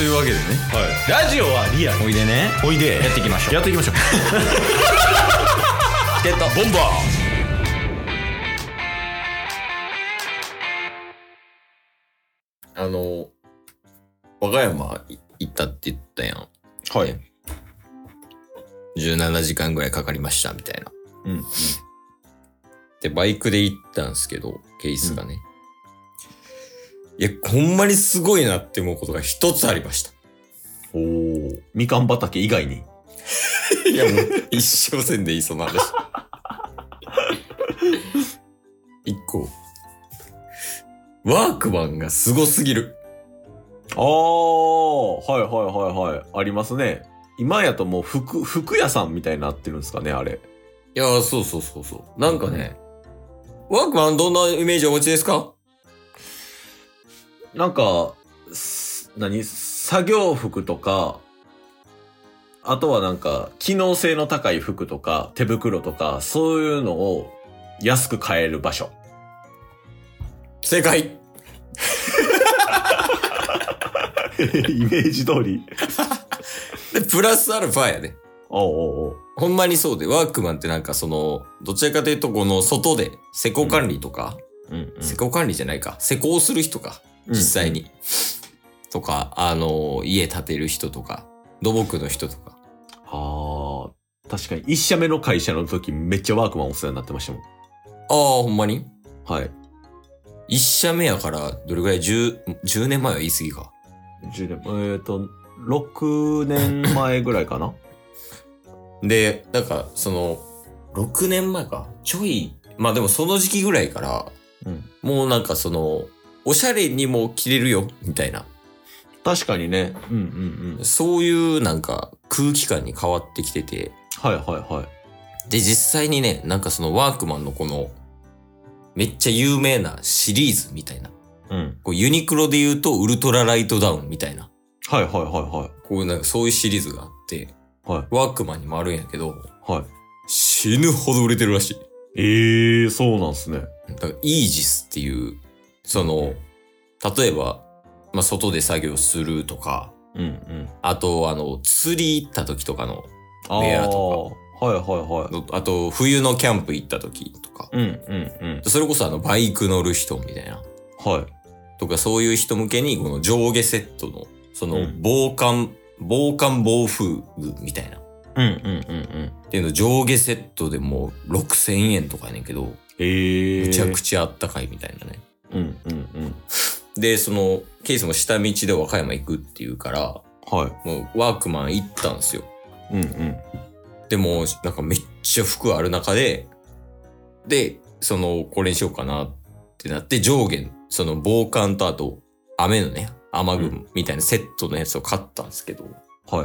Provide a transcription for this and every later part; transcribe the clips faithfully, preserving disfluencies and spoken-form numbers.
というわけでね、 はい、ラジオはリアル。 おいでね、 おいでやっていきましょう。 やっていきましょう。 チケットボンバー。あの和歌山行ったって言ったやん。 はい。 じゅうななじかんぐらいかかりましたみたいな。 うん、うん。 でバイクで行ったんすけど、ケースがね、うん、いやほんまにすごいなって思うことが一つありました。 おー、みかん畑以外に。 いやもう一生せんでいいその話。一個ワークマンがすごすぎる。 あー、はいはいはいはい。ありますね。今やともう服、服屋さんみたいになってるんですかね、あれ。 いやー、そうそうそうそう。なんかね、うん、ワークマンどんなイメージをお持ちですか？ なんか、何作業服とか、あとはなんか、機能性の高い服とか、手袋とか、そういうのを安く買える場所。 正解。イメージ通り。 で、プラスアルファやで。 おうおうおう。 ほんまにそうで、ワークマンってなんかその、どちらかというとこの外で施工管理とか、 うんうん、 施工管理じゃないか、施工する人か、実際に。うんうん、とか、あの、家建てる人とか、土木の人とか。 ああ、確かに一社目の会社の時めっちゃワークマンお世話になってましたもん。 ああ、ほんまに？ はい。 一社目やから、どれぐらい 10, 10年前は言い過ぎか。 じゅうねん、えっと、ろくねんまえぐらいかな。 で、なんか、その、ろくねんまえか。ちょい、まあでもその時期ぐらいから、うん、もうなんかその、おしゃれにも着れるよ、みたいな。 確かにね。うんうんうん。 そういうなんか空気感に変わってきてて。 はいはいはい。 で、実際にね、なんかそのワークマンのこの、めっちゃ有名なシリーズみたいな。うん。こうユニクロで言うとウルトラライトダウンみたいな。 はいはいはいはい。 こうなんかそういうシリーズがあって、はい。ワークマンにもあるんやけど、はい。死ぬほど売れてるらしい。 ええー、そうなんすね。 だからイージスっていう、その、例えば、まあ、外で作業するとか、うんうん。あと、あの、釣り行った時とかのウェアとか。はいはいはい。 あと、冬のキャンプ行った時とか。うんうんうん。それこそあの、バイク乗る人みたいな。はい。とか、そういう人向けに、この上下セットの、その、防寒、うん、防寒防風具みたいな。うんうんうんうん。っていうの上下セットでもうろくせんえんとかやねんけど。へえ。むちゃくちゃあったかいみたいなね。うんうんうん。で、その、ケースも下道で和歌山行くっていうから、はい。もうワークマン行ったんですよ。うんうん。でも、なんかめっちゃ服ある中で、で、その、これにしようかなってなって、上下、その防寒とあと、雨のね、雨具みたいなセットのやつを買ったんですけど、はい。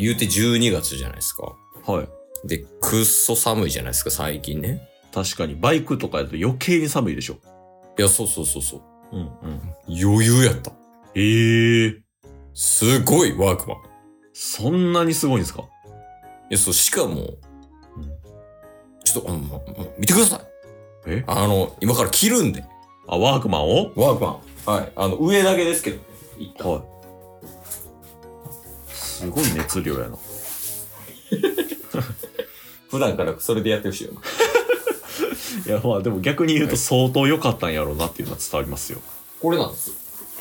言うてじゅうにがつじゃないですか。はい。で、くっそ寒いじゃないですか、最近ね。 確かに、バイクとかやと余計に寒いでしょ。 いや、そうそうそうそう。うんうん。余裕やった。 ええー。 すごい、ワークマン。 そんなにすごいんですか？ いや、そう、しかも、うん、ちょっと、うん、見てください。え？あの、今から着るんで。 あ、ワークマンを？ ワークマン。はい。あの、上だけですけど。はい。 すごい熱量やな。 普段からそれでやってほしいよな。 いや、まあでも逆に言うと相当良かったんやろうなっていうのは伝わりますよ。 これなんですよ。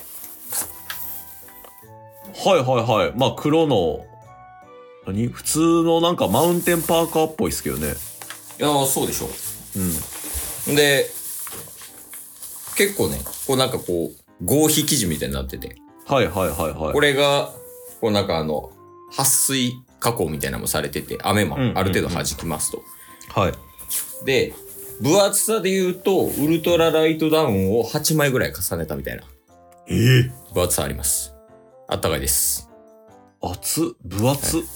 はいはいはい。まあ黒の、何？普通のなんかマウンテンパーカーっぽいっすけどね。 いやー、そうでしょ。うん。で、結構ね、こうなんかこう、合皮生地みたいになってて。はいはいはいはい。これが、こうなんかあの、撥水加工みたいなのもされてて、雨もある程度弾きますと。うんうんうん、はい。で、分厚さで言うと、ウルトラライトダウンをはちまいぐらい重ねたみたいな。えぇ、ー、分厚さあります。あったかいです。 厚分厚、はい、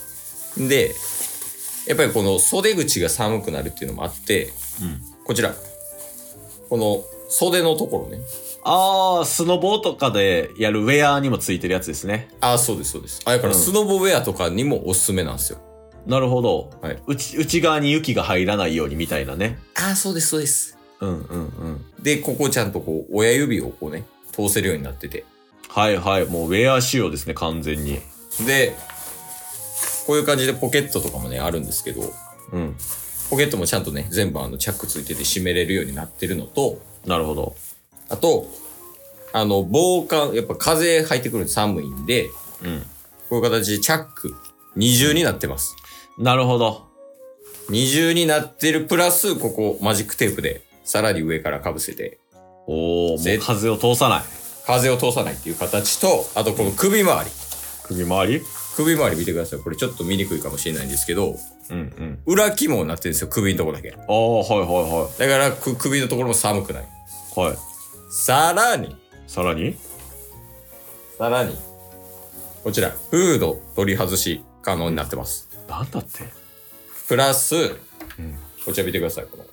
で、やっぱりこの袖口が寒くなるっていうのもあって、うん、こちら。この袖のところね。 あー、スノボーとかでやるウェアにもついてるやつですね。 あー、そうですそうです。あ、だからスノボウェアとかにもおすすめなんですよ。 なるほど。はい。内、内側に雪が入らないようにみたいなね。 ああ、そうです、そうです。うんうんうん。で、ここちゃんとこう、親指をこうね、通せるようになってて。 はいはい。もうウェア仕様ですね、完全に。 で、こういう感じでポケットとかもね、あるんですけど、 うん。 ポケットもちゃんとね、全部あの、チャックついてて閉めれるようになってるのと、 なるほど。 あと、あの、防寒、やっぱ風入ってくると寒いんで、 うん。 こういう形でチャック、二重になってます。 なるほど。 二重になってるプラス、ここマジックテープで、さらに上から被せて。 おー、もう風を通さない。 風を通さないっていう形と、あとこの首周り。 首周り首周り見てください。これちょっと見にくいかもしれないんですけど、 うんうん。 裏肝になってるんですよ、首のところだけ。ああ、はいはいはい。だから、首のところも寒くない。 はい。 さらに。 さらにさらに。こちら、フード取り外し可能になってます。 なんだってプラス、うん、 こちら見てください、この。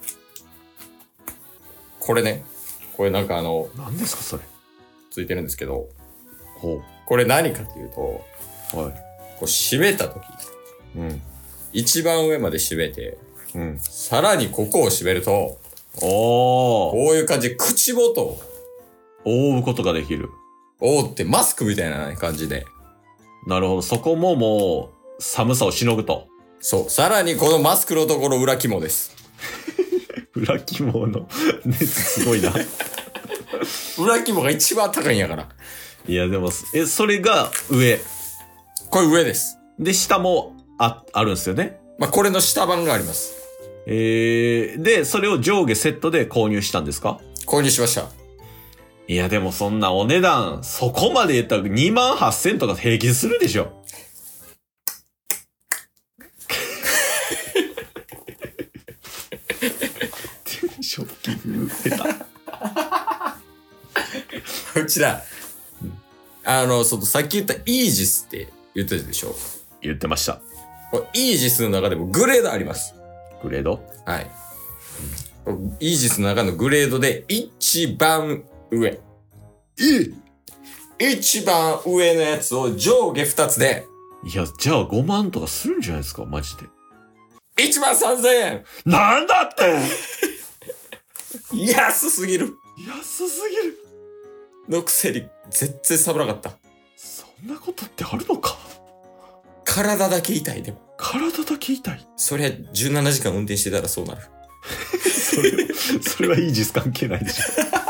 これね。これなんかあの、 何ですかそれ。 ついてるんですけど、 ほう。 これ何かっていうと、 はい。 こう閉めたとき、 うん。 一番上まで閉めて、 うん。 さらにここを閉めると、 おー。 こういう感じで口元を覆うことができる。 覆ってマスクみたいな感じで。 なるほど。そこももう、寒さをしのぐと。 そう。さらにこのマスクのところ裏肝です。 裏肝の熱すごいな。 裏肝が一番高いんやから。 いやでも、え、それが上。 これ上です。 で、下もあ、あるんですよね。 まあ、これの下版があります。 えー、で、それを上下セットで購入したんですか？ 購入しました。 いやでもそんなお値段、そこまで言ったらにまんはっせんとか平均するでしょ。ショッキング出た。 こちら、うん、あの、その、さっき言ったイージスって言ってたでしょ？ 言ってました。 これイージスの中でもグレードあります。 グレード？ はい。うん、イージスの中のグレードで一番上。え？一番上のやつを上下二つで。 いや、じゃあごまんとかするんじゃないですか？マジで。 いちまんさんぜんえん。 なんだって安すぎる。 安すぎる。 のくせに絶対寒らなかった。 そんなことってあるのか。 体だけ痛いでも。 体だけ痛い。 そりゃじゅうななじかん運転してたらそうなる。 それ、それはイージス関係ないでしょ。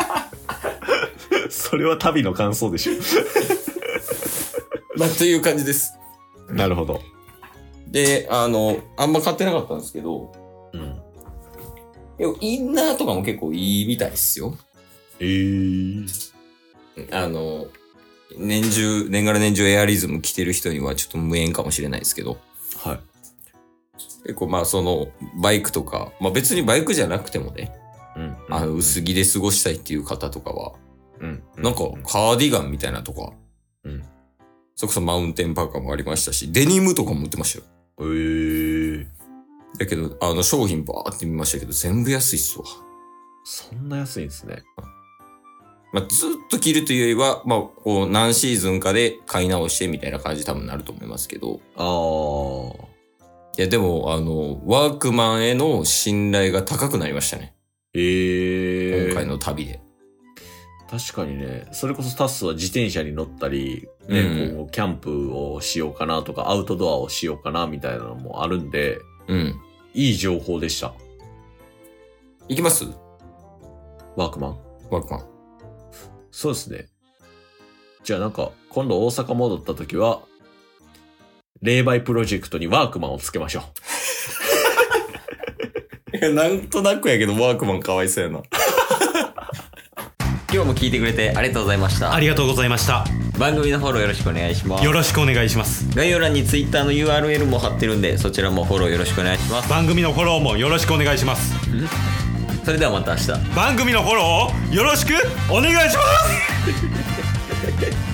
それは旅の感想でしょ。 まあ、という感じです。 なるほど。 で、あの、あんま買ってなかったんですけど、 うん。 インナーとかも結構いいみたいですよ。 ええー。 あの、年中、年がら年中エアリズム着てる人にはちょっと無縁かもしれないですけど。 はい。 結構まあその、バイクとか、まあ別にバイクじゃなくてもね、 うん。 あの、薄着で過ごしたいっていう方とかは、 うん。 なんか、カーディガンみたいなとか、 うん。 それこそマウンテンパーカーもありましたし、デニムとかも売ってましたよ。 へえー。 だけど、あの、商品バーって見ましたけど、全部安いっすわ。 そんな安いんですね。 まあ、ずっと着るというよりは、まあ、こう、何シーズンかで買い直してみたいな感じ多分なると思いますけど。 ああ。 いや、でも、あの、ワークマンへの信頼が高くなりましたね。 へえー。 今回の旅で。 確かにね、それこそタスは自転車に乗ったり、ね、うん、こうキャンプをしようかなとか、アウトドアをしようかなみたいなのもあるんで、 うん。 いい情報でした。 行きます？ ワークマン？ ワークマン。 そうですね。じゃあなんか、今度大阪戻った時は、霊媒プロジェクトにワークマンをつけましょう。いや、なんとなくやけど、ワークマンかわいそうやな。今日も聞いてくれてありがとうございました。 ありがとうございました。 番組のフォローよろしくお願いします。 よろしくお願いします。 概要欄に Twitter の ユーアールエル も貼ってるんで、そちらもフォローよろしくお願いします。 番組のフォローもよろしくお願いします。 それではまた明日。 番組のフォローをよろしくお願いします。